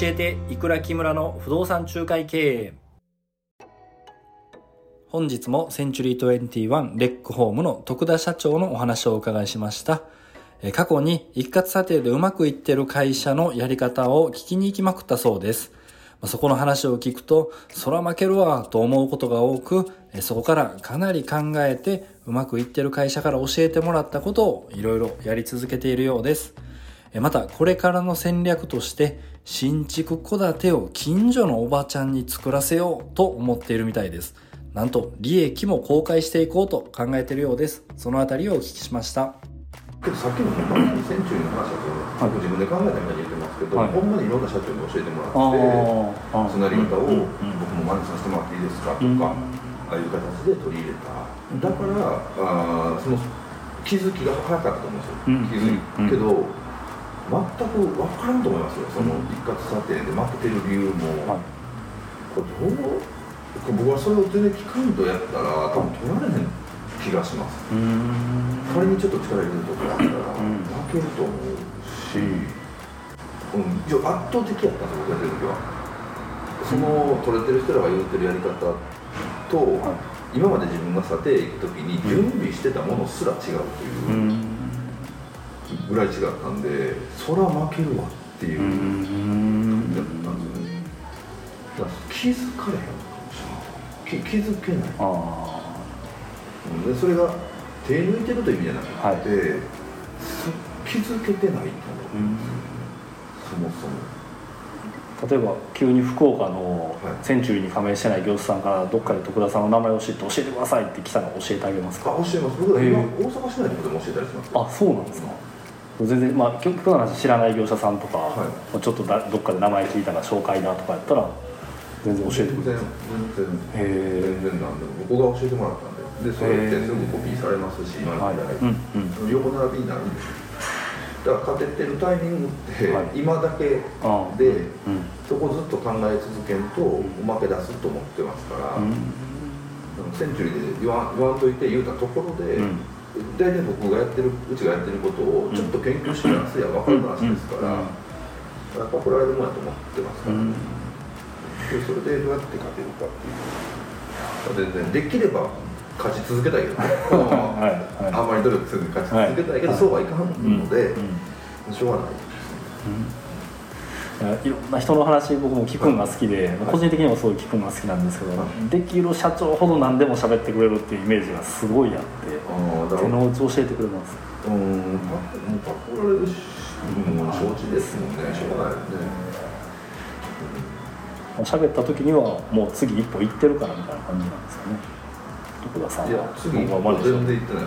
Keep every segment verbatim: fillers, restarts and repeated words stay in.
えていくら木村の不動産仲介経営。本日もセンチュリーにじゅういちレックホームの徳田社長のお話をお伺いしました。過去に一括査定でうまくいっている会社のやり方を聞きに行きまくったそうです。そこの話を聞くと、そら負けるわと思うことが多く、そこからかなり考えてうまくいっている会社から教えてもらったことをいろいろやり続けているようです。またこれからの戦略として新築戸建てを近所のおばちゃんに作らせようと思っているみたいです。なんと利益も公開していこうと考えているようです。そのあたりをお聞きしました。 けどさっきのほんまにセンチュリーの話だと、はい、自分で考えたみたいに言ってますけど、はい、ほんまにいろんな社長に教えてもらってそのやり方を僕も真似させてもらっていいですかとか、うん、ああいう形で取り入れた。だからあその気づきが早かったと思うんですよ、うん、気づいけど、うん、全く分からんと思いますよ。その一括査定で負けてる理由も、はい、これどう僕はそれを全然聞かんとやったら多分取られへん気がします。うーん、仮にちょっと力入れるとこがあったら負けると思うし、うん、圧倒的やったんですよ、僕がやってる時は。その取れてる人らが言ってるやり方と、はい、今まで自分が査定行く時に準備してたものすら違うというぐらい違ったんで、そら負けるわっていう感じだったんですよね。だから気づかれへんかもしれない。気づけない。あでそれが手抜いてるという意味じゃなくて、はい、気づけてないと思うんですよ、そもそも。 例えば急に福岡のセンチュリーに加盟してない業者さんからどっかで徳田さんの名前を知って教えてくださいって来たら教えてあげますか？ あ、教えます。僕は今大阪市内のことでも教えたりします。 あ、そうなんですか。全然、まあ今日の話知らない業者さんとか、はい、ちょっとだどっかで名前聞いたら紹介だとかやったら全然教えてくれる。 全然全然なんで僕が教えてもらったんで、でそれってすぐコピーされますし、今の時代、はい、うんうん、横並びになるんですよ。だから勝ててるタイミングって、はい、今だけで、うん、そこずっと考え続けんとおまけ出すと思ってますから、うん、センチュリーで言わん、言わんといて言うたところで、うん、大体僕がやってる、うちがやってることをちょっと研究しやすいや分かる話ですから、うん、やっぱこれはでもやと思ってますから、ね、うん、でそれでどうやって勝てるかっていう、全然できれば勝ち続けたいけどね、はいはい、あんまり努力せずに勝ち続けたいけど、はい、そうはいかんので、うん、しょうがないですね、うん、 いろんな人の話僕も聞くのが好きで、はい、個人的にもすごい聞くのが好きなんですけど、はい、できる社長ほど何でも喋ってくれるっていうイメージがすごいあって、あ手の内教えてくれます。 うん、パクられるし、うん、承知ですもんね、しょうがないですね。 喋った時にはもう次一歩行ってるからみたいな感じなんですかね、徳田さんは。 いや、次一歩全然行ってない。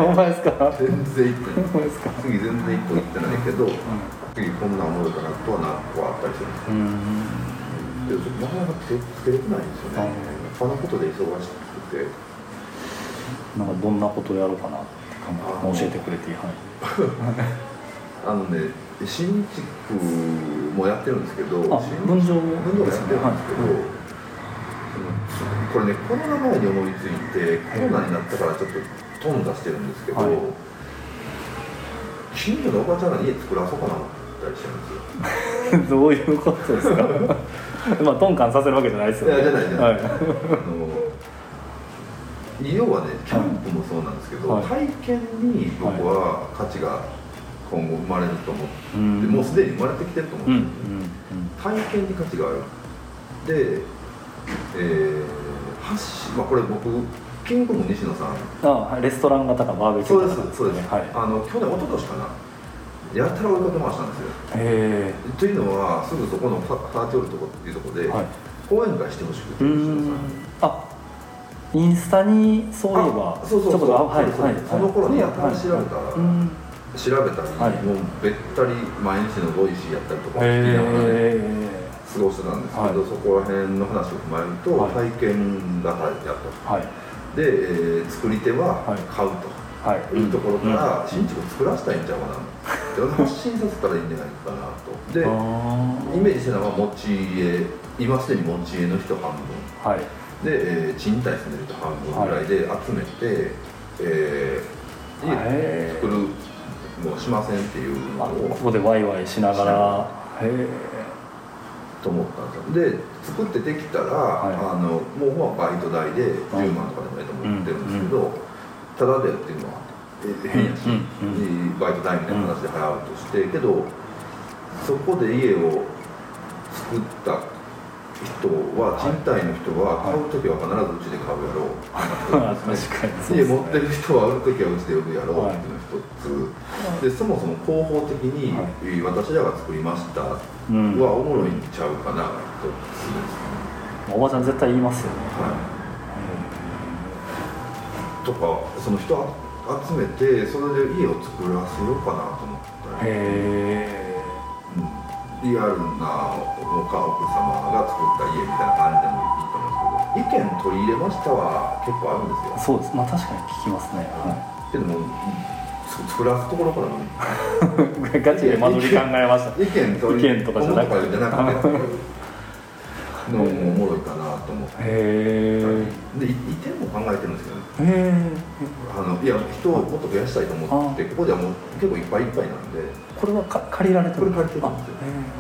お前ですか？ 全然行ってない。次全然一歩行ってないけど、うん、次こんな思いかなとは何個あったりするんですよ。でもなかなか手つけれてないんですよね。他のことで忙しくて。 なんかどんなことやろうかなって考えて教えてくれていい？はいあのね、新築もやってるんですけど、 分譲もやってるんですけど、はい、これね、コロナ前に思いついて、コロナになったからちょっと頓挫してるんですけど、はい、近所のおばちゃんが家作らそうかなと思ったりしてるんですよ。 どういうことですか？まあトンカンさせるわけじゃないですよね。 いや、じゃないじゃない、はい、あの要はね、キャンプもそうなんですけど、はい、体験に僕は価値が今後生まれると思って、うん、もうすでに生まれてきてると思うんですよ、うんうんうん、体験に価値がある。で、えー、発信、まあこれ僕キングコング西野さん、 ああレストラン型かバーベキュー型、そうですそうです、はい、あの去年一昨年かな、やったら追いかけ回したんですよ。へー。というのはすぐそこのファーチョールとこっていうところで、はい、講演会してほしくて、西野さんに。あ、 インスタにそういえば、 そうそうそう、はいはい、その頃にやったら調べたら、はいはい、調べたり、はい、もうべったり毎日のボイシーやったりとか聞きながらね過ごしてたんですけど、はい、そこら辺の話を踏まえると、はい、体験型やったと、はい、で、えー、作り手は買うと、はい、いうところから、うん、新築を作らせたいんちゃうかな、うん、発信させたらいいんじゃないかなと。で、イメージしてたのは持ち家、今すでに持ち家の人半分、はい、で、えー、賃貸住んでる人半分ぐらいで集めて、はい、えー、家作るもうしませんっていうのをここでワイワイしながら、へと思ったんですよ。で作ってできたら、はい、あのもうまあバイト代でじゅうまんとかでもええと思ってるんですけど、うんうん、ただでっていうのは変やし、うんうん、バイト代みたいな話で払うとして、けどそこで家を作った人は、賃貸の人は買うときは必ずうちで買うやろう、 はい、確かにそうですね。家持ってる人は売るときはうちで売るやろうっていうのが一つ、はい、でそもそも広報的に、はい、私らが作りましたはおもろいんちゃうかなと一つですね。 おばちゃん絶対言いますよね、 はい、とかその人集めてそれで家を作らせようかなと思ったり、へー、うんリアルなお母奥様が作った家みたいな感じでもいいと思うんですけど、意見取り入れましたは結構あるんですよ。そうです、まあ確かに聞きますね、はい、 けども作らすところからもガチで間取り考えました。 意見取り意見とかじゃなくてじゃなくてのもおもろいかなと思って、へで移転も考えてるんですけどね。へあのいや人をもっと増やしたいと思って、ここではもう結構いっぱいいっぱいなんで。 これはか借りられてる。 これ借りてるんですよ。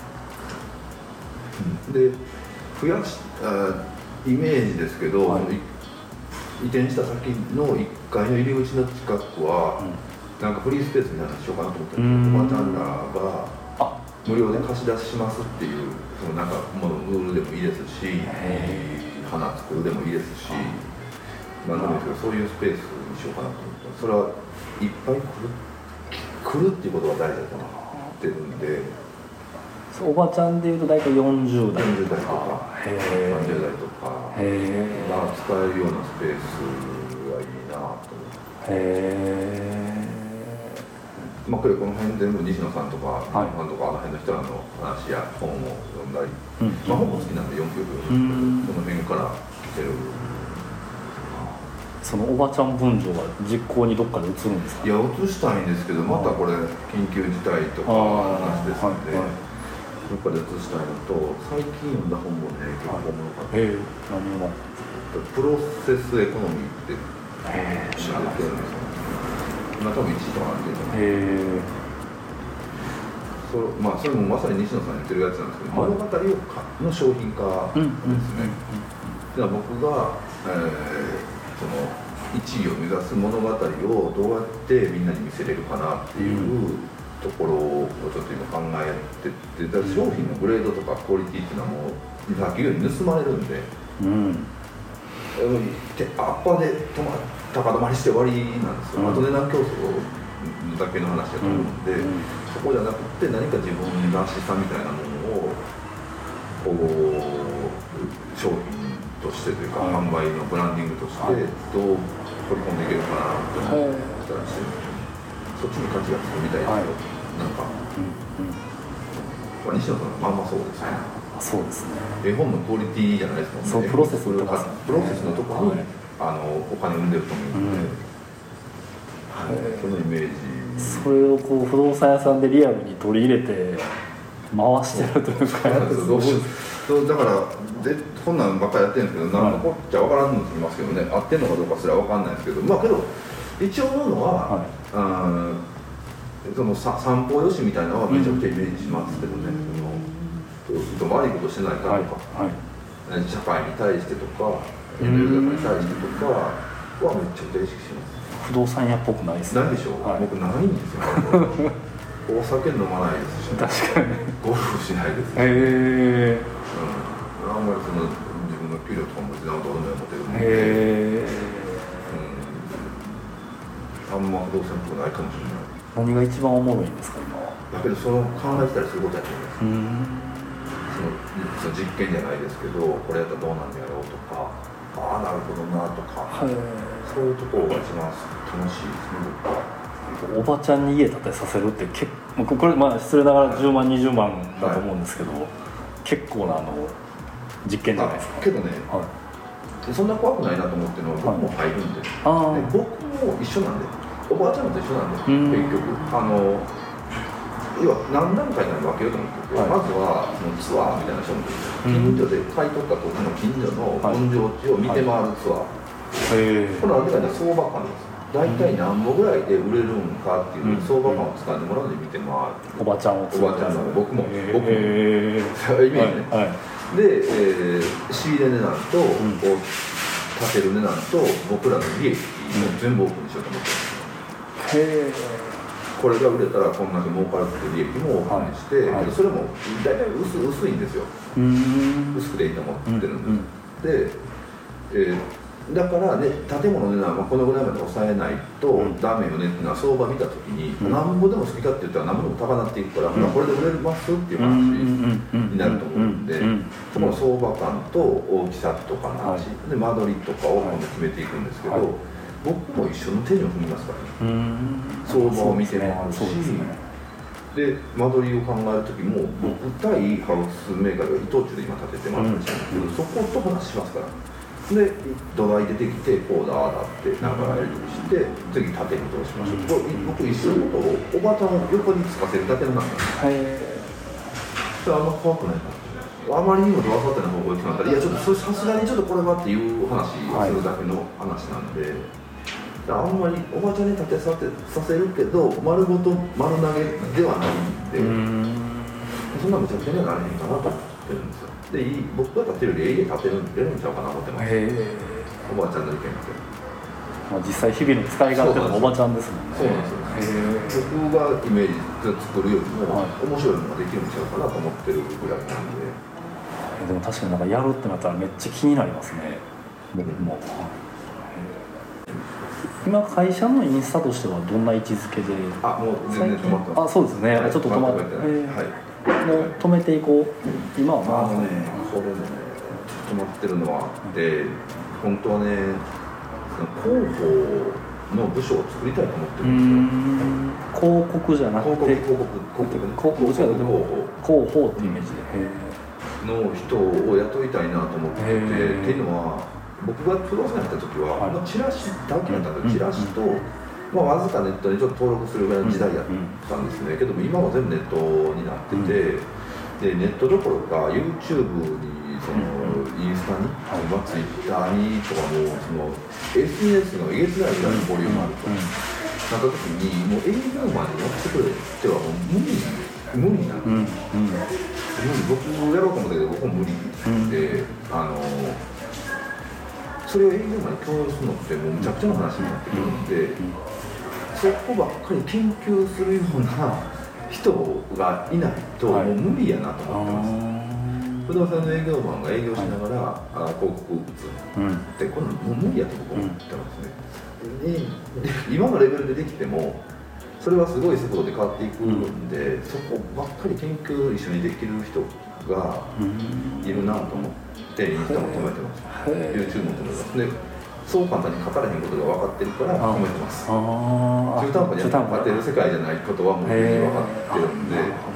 で増やしあイメージですけど、はい、移転した先のいっかいの入り口の近くは、うん、なんかフリースペースみたいなのしようかなと思ってるんですけど、おばちゃんらが無料で貸し出ししますっていうそのなんかものウールでもいいですし、花作るでもいいですし、なんでもいいですけどそういうスペースにしようかなと思って、それはいっぱい来る来るっていうことが大事だと思ってるんで。 おばちゃんでいうと大体よんじゅうだいよんじゅうだいとかさんじゅうだいとかが使えるようなスペースがいいなと思って、へー、まあ、これこの辺全部西野さんとか、はい、とかあの辺の人らの話や本を読んだり、うん、まあ、本も好きなんで読むけど、うん、この辺から来てる。 そのおばちゃん分譲が実行にどっかで移るんですか？ いや移したいんですけど、またこれ緊急事態とか話ですので、どっかで移したいのと、最近読んだ本もね結構おもろかった。 えー、何をプロセスエコノミーって知られてるんですよ。今多分いちいとかなんていうの。へー、そまあそれもまさに西野さん言ってるやつなんですけど、はい、物語をかの商品化ですね。じゃあ僕が、えーそのいちいを目指す物語をどうやってみんなに見せれるかなっていうところをちょっと今考えてて、だから商品のグレードとかクオリティっていうのはもうさっき言うように盗まれるんで、うん、アッパーで止ま高止まりして終わりなんですよ、うん、あと値段競争だけの話だと思うんで、うん、そこじゃなくて何か自分らしさみたいなものをこう商品としてというか、はい、販売のブランディングとしてどう取り込んでいけるかなと思ったらして、そっちに価値がつくみたいですけど、はい、なんか、うんうん、まあ、西野さんはまあまあそうですね。 そうですね。 絵本のクオリティじゃないですもんね。 そうプロセスとか、 プロセスのところに、はい、あのお金生んでると思うので、うん、はい、そのイメージ。 それをこう不動産屋さんでリアルに取り入れて回してるというか、 そうだからでこんなんばっかりやってるんですけど、何のこっちゃ分からんのって言いますけどね、合ってるのかどうかすら分かんないですけど、まあけど一応思うのは、はい、あそのさ散歩よしみたいなのはめちゃくちゃイメージしますけどね、うん、その悪いことしてないかとか、はいはい、社会に対してとか世の中に対してとかはめちゃくちゃ意識します。 不動産屋っぽくないですね。ないでしょう、はい、僕ないんですよお酒飲まないですし、 確かにゴルフしないですし、 へー、 うん、あんまりその自分の給料とかも別にどうでも持てるんで、へー、うん、あんま不動産っぽくないかもしれない。 何が一番おもろいんですか今は。 だけどその考えたりすることやと思います。そのその実験じゃないですけど、これやったらどうなんやろうとか、ああなるほどなとか、そういうところが一番楽しいですね、僕は。 おばちゃんに家建てさせるって結構、これまあ失礼ながらじゅうまんにじゅうまんだと思うんですけど、はい、結構なあの実験じゃないですか。 けどね、はい、そんな怖くないなと思ってるのは僕も入るんで、はい、で僕も一緒なんで、おばあちゃんと一緒なんで、結局あの要は何段階かに分けようと思ってて、はい、まずはそのツアーみたいな人も近所で買い取った時の近所の分譲地を見て回るツアー、はい、このあてが相場感です。 大体何本ぐらいで売れるんかっていう相場感を掴んでもらうので見て回る、 おばちゃんをおばちゃんの僕も僕もえそういうイメージね、 はいはい、 で、えー、仕入れ値段と、うん、立てる値段と僕らの利益を全部オープンにしようと思ってます、うん、へえ。これが売れたらこんだけ儲かるって利益もオープンにして、はいはい、それも大体 薄, 薄いんですよ、うん、薄くていいと思ってるんです、うんうん、で、えー、だからね建物の値段はこのぐらいまで抑えないとダメよねっていうのは相場見たときに、うん、何ぼでも好きかって言ったら何ぼでも高なっていくから、うん、これで売れますっていう話になると思うんで、そこの相場感と大きさとかの話、はい、で間取りとかを今度決めていくんですけど、はい、僕も一緒の手に踏みますからね、うん、相場を見てもあるし、で間取りを考えるときも僕対ハウスメーカーが伊藤忠で今建ててもらったりしたんですけど、そこと話しますから、で土台出てきてこうだああだってなんかやり取りして次建てるとしましょう、うん、僕一緒のことをおばちゃんを横につかせるだけのなんですよ、それあんま怖くないかな、あまりにもドアサテな方向に決まったらいやちょっとさすがにちょっとこれはっていう話をするだけの話なんで、はい、あんまりおばちゃんに立てさせるけど丸ごと丸投げではないんで、んそんなむちゃくちゃにはなれへんかなと思ってるんですよ。で僕が立てるより家で立てるん出るんちゃうかなと思ってます。おばあちゃんの意見って、 まあ、実際日々の使い勝手のおばちゃんですもんね。 そうなんですよ。僕がイメージで作るよりも、はい、面白いのができるんちゃうかなと思ってるぐらいなんで。 でも確かになんかやるってなったらめっちゃ気になりますね、僕も。今会社のインスタとしてはどんな位置づけで？ あ、もう全然止まってます。 あ、そうですね、はい、ちょっと止まって、はい、もう止めていこう。今はまあね、これね、止まってるのはあって、本当はね、広報の部署を作りたいと思ってるんですよ。広告じゃなくて広告、広告、 広告、広報、広報ってイメージでの人を雇いたいなと思ってて、っていうのは僕が不動産やった時は、はい、チラシだけやったんで、チラシと、まあ、わずかネットにちょっと登録するぐらいの時代やったんですね、けども今は全部ネットになってて、でネットどころか YouTube にそのインスタに、まあ、Twitter にとかもその エスエヌエス のえげつないぐらいのボリュームあると、なった時にもう営業マンに乗ってくれってはもう無理無理なんです、うんうん、僕やろうと思ったけど僕も無理で、うん、あのそれを営業マンに共有するのってもうむちゃくちゃな話になってくるんで、そこばっかり研究するような人がいないともう無理やなと思ってます、はい、不動産の営業マンが営業しながら、はい、あ広告打つって、うん、これもう無理やと僕は思ってますね、うん、今のレベルでできてもそれはすごい速度で変わっていくんで、うん、そこばっかり研究一緒にできる人がいるなと思ってインスタも止めてます、YouTube も止めてますでそう簡単に書かれへんことが分かってるから止めてます。中途半端に当てる世界じゃないことはもう分かってるんで、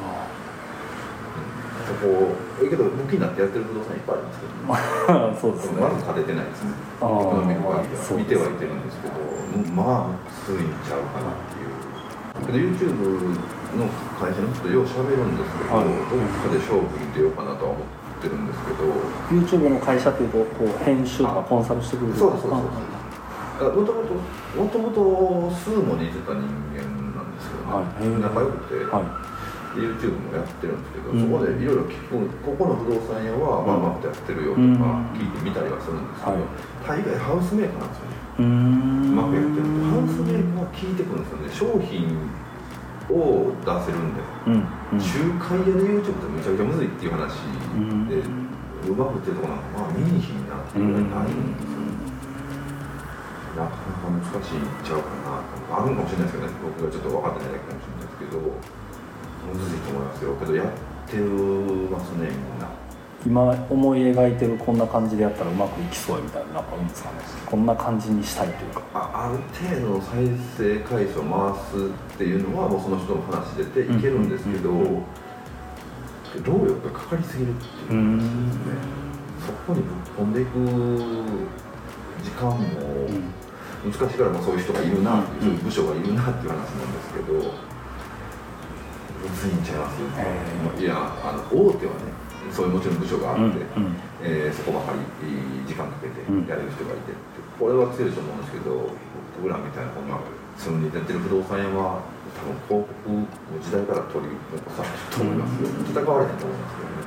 そこえけど向きになってやってる不動産いっぱいありますけど、そうですね、まず勝ててないですね。エコノミックバリューは見てはいてるんですけど、まあきついんちゃうかなっていう。YouTube の会社の人とよう喋るんですけど、はい、どっかで勝負に出ようかなとは思ってるんですけど、 YouTube の会社というとこう編集とかコンサルしてくれる。 そうですそうです。もともともともとスーモにいてた人間なんですけど、ね、はい、仲良くて、はい、YouTube もやってるんですけど、うん、そこでいろいろ聞く、ここの不動産屋はまあまあやってるよとか聞いてみたりはするんですけど、うん、大概ハウスメーカーなんですよね。うーん、うまくやってるとハウスメーカーは聞いてくるんですよね。商品を出せるんで、うんうん、仲介屋で YouTube ってめちゃくちゃむずいっていう話で、うん、うまくってるとこなんかまあ見にひんなっていうぐらいないんですよ、ね、うん、なかなか難しいんちゃうかなとあるかもしれないですけどね、僕がちょっと分かってないだけかもしれないですけど、むずいと思いますよ。けどやってますね、みんな。 今思い描いてるこんな感じでやったらうまくいきそうみたいな、なんかあるんですかね。こんな感じにしたいというか、 あ, ある程度の再生回数を回すっていうのはもうその人の話出ていけるんですけど、うんうんうんうん、労力がかかりすぎるっていう話ですね。そこにぶっ込んでいく時間も難しいから、まあそういう人がいるなっていう、うんうん、部署がいるなっていう話なんですけど、むずいんちゃいますよね。いや、あの大手はねそういうもちろん部署があって、 うんうんえー、そこばかり時間かけてやれる人がいて、これは強いと思うんですけど、僕らみたいなこんなその似てる不動産屋は多分広告の時代から取り残されると思いますよ。戦われへんと思いますけどね。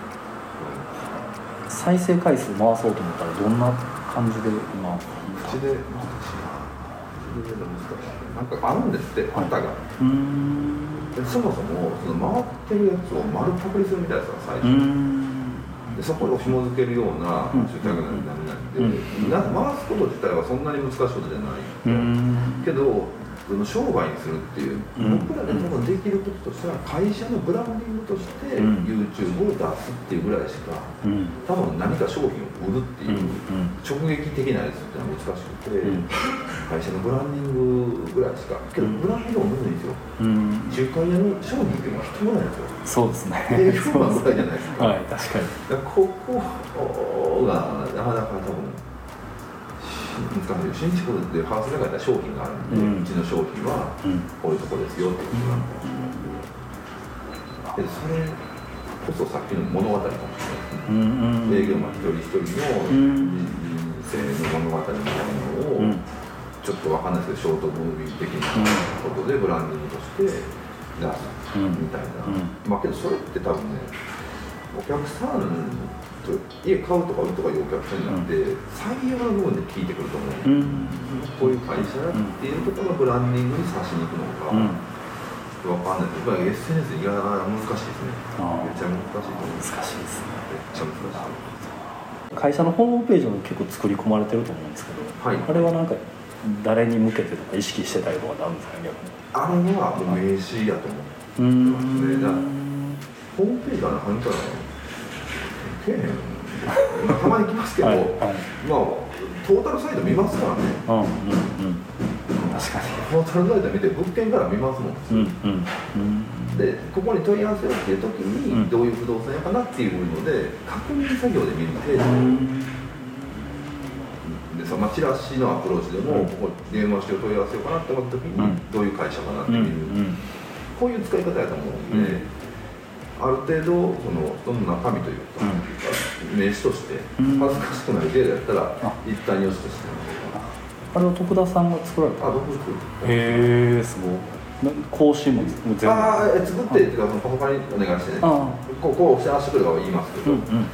再生回数回そうと思ったらどんな感じで今口で難しいな。口で難しい。なんかあるんですって型が。 うーんでそもそもその回ってるやつを丸パクリするみたいなやつが最初。 うーんでそこを紐付けるような住宅なり何々で、うん、な回すこと自体はそんなに難しいことじゃない、うん、けどその商売にするっていう、うん、僕らで多分できることとしたら会社のブランディングとして YouTube を出すっていうぐらいしか、うん、多分何か商品を売るっていう直撃的なやつってのは難しくて、うん、会社のブランディングぐらいしかけどブランディングもむずいんですよ、うん、仲介屋の商品っていうのは人ぐらいなんですよ。 そうですね営業マンぐらいじゃないですか。 はい、確かに。 だからここがなかなか多分難しい。新築でハウスで書いた商品があるんで、うん、うちの商品はこういうとこですよっていうことなんだけど、それこそさっきの物語かもしれないですね、うん、営業マン一人一人の人生の物語みたいなのを、うん、ちょっとわかんないですけどショートムービー的なことでブランディングとして出すみたいな、うんうん、まあけどそれって多分ねお客さんと家買うとか売るとかいうお客さんになって、うん、採用の部分で聞いてくると思う、うん、こういう会社っていうところのブランディングに差しに行くのか、うん、分かんないけど、やっぱり エスエヌエス いや難しいですね。めっちゃ難しいと思う。 難しいですね。 めっちゃ難しい。 会社のホームページも結構作り込まれてると思うんですけど、はい、あれはなんか誰に向けてとか意識してたりとかってあるんですかね。 あれはもう名刺やと思ってますね。だホームページは何かなけえへんまあ、たまに来ますけど、はいはい、まあトータルサイト見ますからね、うんうんうん、 確かにトータルサイト見て物件から見ますもん、うんうんうん、でここに問い合わせをっていう時にどういう不動産屋かなっていうので確認作業で見る程度、うん、でその、まあ、チラシのアプローチでも、うん、ここ電話して問い合わせようかなって思った時に、うん、どういう会社かなって見る、うんうん、こういう使い方やと思うんで、うんある程度そのその中身というか、うん、名刺として恥ずかしくない程度やったら、うん、一旦よしとしてあれは徳田さんが作られたあ僕作るへえすごい講師も全部ああ作ってっていうかそのパソコンにお願いしてねこうこうしてあしてくれば言いますけどうんうんうんうん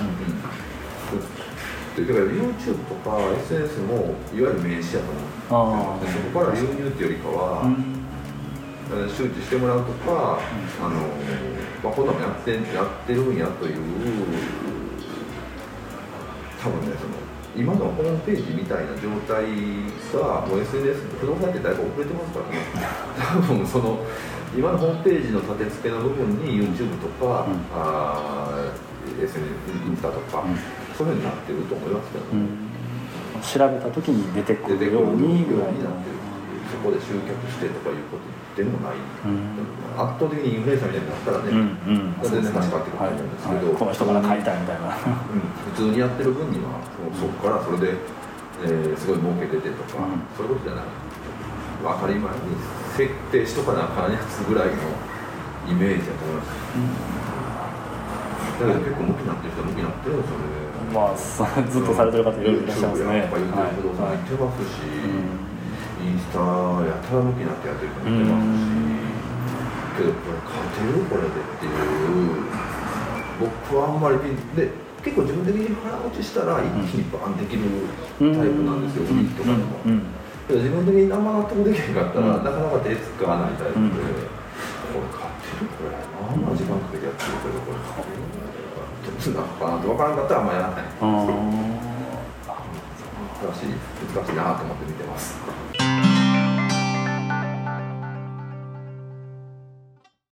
だから YouTube とか エスエヌエス もいわゆる名刺やと思うそこから流入っていうよりかは、うん周知してもらうとか、うん、あのまあ、こんなのやってやってるんやという多分ねその今のホームページみたいな状態がもう エスエヌエス 不動産ってだいぶ遅れてますからね多分その今のホームページの立て付けの部分に YouTube とか、うん、あ エスエヌエス インスタとか、うん、そういうふうになってると思いますけどね、うん、 調べた時に出てくるようにぐらいなってるそこで集客してとかいうことでもない、うん、圧倒的にインフルエンサーみたいになったらね、うんうん、全然話変わってくると思うんですけど、 はいはい、この人から買いたいみたいな、 うん、普通にやってる分にはそこからそれで、えー、すごい儲けててとか、うん、そういうことじゃない当たり前に設定しとかなあかんやつぐらいのイメージだと思います、うん、だけど結構向きになってる人は向きになってるんですよねまあずっとされてる方いろいろいらっしゃいますねやっぱ YouTube 不動産行ってますし、はいインスタやたら向きになってやってる人もいてますし、けどこれ勝てるこれでっていう僕はあんまりで結構自分的に腹落ちしたら一気にバンできるタイプなんですよ、売りとかでも。けど自分的にあんま納得できへんかったら、なかなか手使わないタイプで、これ勝てるこれあんま時間かけてやってるけどこれ勝てるどうすんのかなって分からんかったらあんまやらない。難しい難しいなと思って見てます。